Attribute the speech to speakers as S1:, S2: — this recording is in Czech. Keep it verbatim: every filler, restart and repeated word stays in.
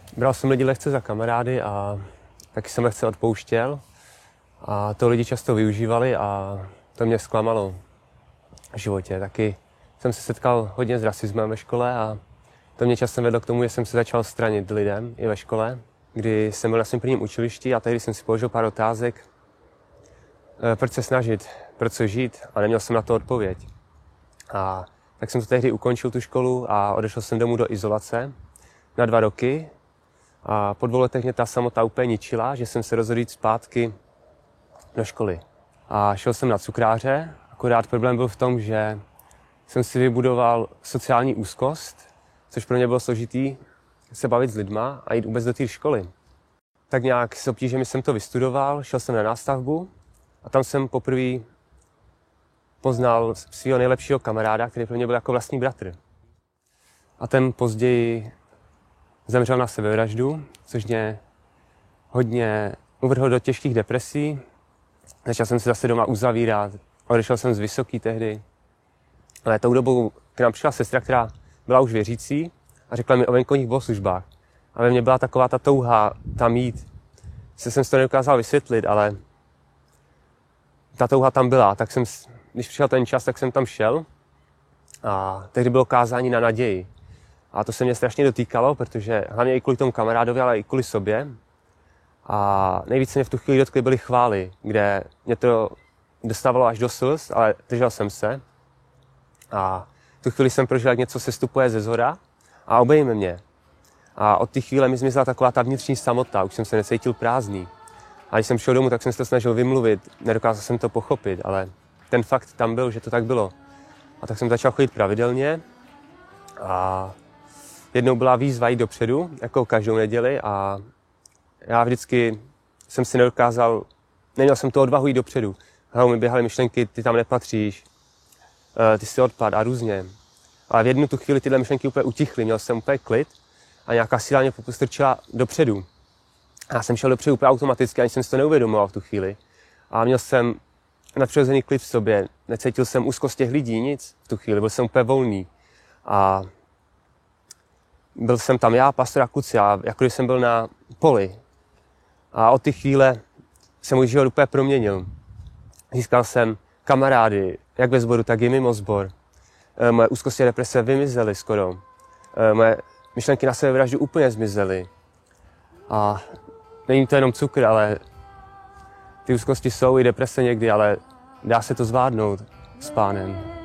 S1: Bral jsem lidi lehce za kamarády a taky jsem lehce odpouštěl. A to lidi často využívali a to mě zklamalo v životě. Taky jsem se setkal hodně s rasismem ve škole a to mě často vedlo k tomu, že jsem se začal stranit lidem i ve škole, kdy jsem byl na svém prvním učilišti a tehdy jsem si položil pár otázek, proč se snažit, proč se žít, a neměl jsem na to odpověď. A tak jsem to tehdy ukončil tu školu a odešel jsem domů do izolace na dva roky. A po dvou letech mě ta samota úplně ničila, že jsem se rozhodl jít zpátky do školy. A šel jsem na cukráře, akorát problém byl v tom, že jsem si vybudoval sociální úzkost, což pro mě bylo složitý se bavit s lidma a jít vůbec do té školy. Tak nějak s obtížemi jsem to vystudoval, šel jsem na nástavbu a tam jsem poprvé poznal svého nejlepšího kamaráda, který pro mě byl jako vlastní bratr. A ten později zemřel na sebevraždu, což mě hodně uvrhlo do těžkých depresí. Začal jsem se zase doma uzavírat, odešel jsem z Vysoký tehdy. Ale tou dobou k nám přišla sestra, která byla už věřící a řekla mi o venkovních bohoslužbách. A ve mně byla taková ta touha tam jít. Se jsem si to nedokázal vysvětlit, ale ta touha tam byla. Tak jsem, když přišel ten čas, tak jsem tam šel a tehdy bylo kázání na naději. A to se mě strašně dotýkalo, protože hlavně i kvůli tomu kamarádovi, ale i kvůli sobě. A nejvíce mě v tu chvíli dotkly byly chvály, kde mě to dostávalo až do slz, ale držel jsem se. A v tu chvíli jsem prožil, jak něco sestupuje ze zhora a obejme mě. A od té chvíle mi zmizela taková ta vnitřní samota, už jsem se necítil prázdný. A když jsem šel domů, tak jsem se to snažil vymluvit, nedokázal jsem to pochopit, ale ten fakt tam byl, že to tak bylo. A tak jsem začal chodit pravidelně a jednou byla výzva jít dopředu, jako každou neděli, a já vždycky jsem si nedokázal, neměl jsem tu odvahu jít dopředu. Hlavou mi běhaly myšlenky, ty tam nepatříš, ty jsi odpad a různě. Ale v jednu tu chvíli tyhle myšlenky úplně utichly, měl jsem úplně klid a nějaká síla mě postrčila dopředu. A já jsem šel dopředu úplně automaticky, ani jsem si to neuvědomoval v tu chvíli. A měl jsem nadpřirozený klid v sobě, necítil jsem úzkost těch lidí, nic v tu chvíli, byl jsem úplně volný. A byl jsem tam já, pastor a kluci, a jako když jsem byl na poli. A od té chvíle se můj život úplně proměnil. Získal jsem kamarády, jak ve sboru, tak i mimo sbor. Moje úzkosti a deprese vymizely skoro. Moje myšlenky na sebevraždu úplně zmizely. A není to jenom cukr, ale ty úzkosti jsou i deprese někdy, ale dá se to zvládnout s Pánem.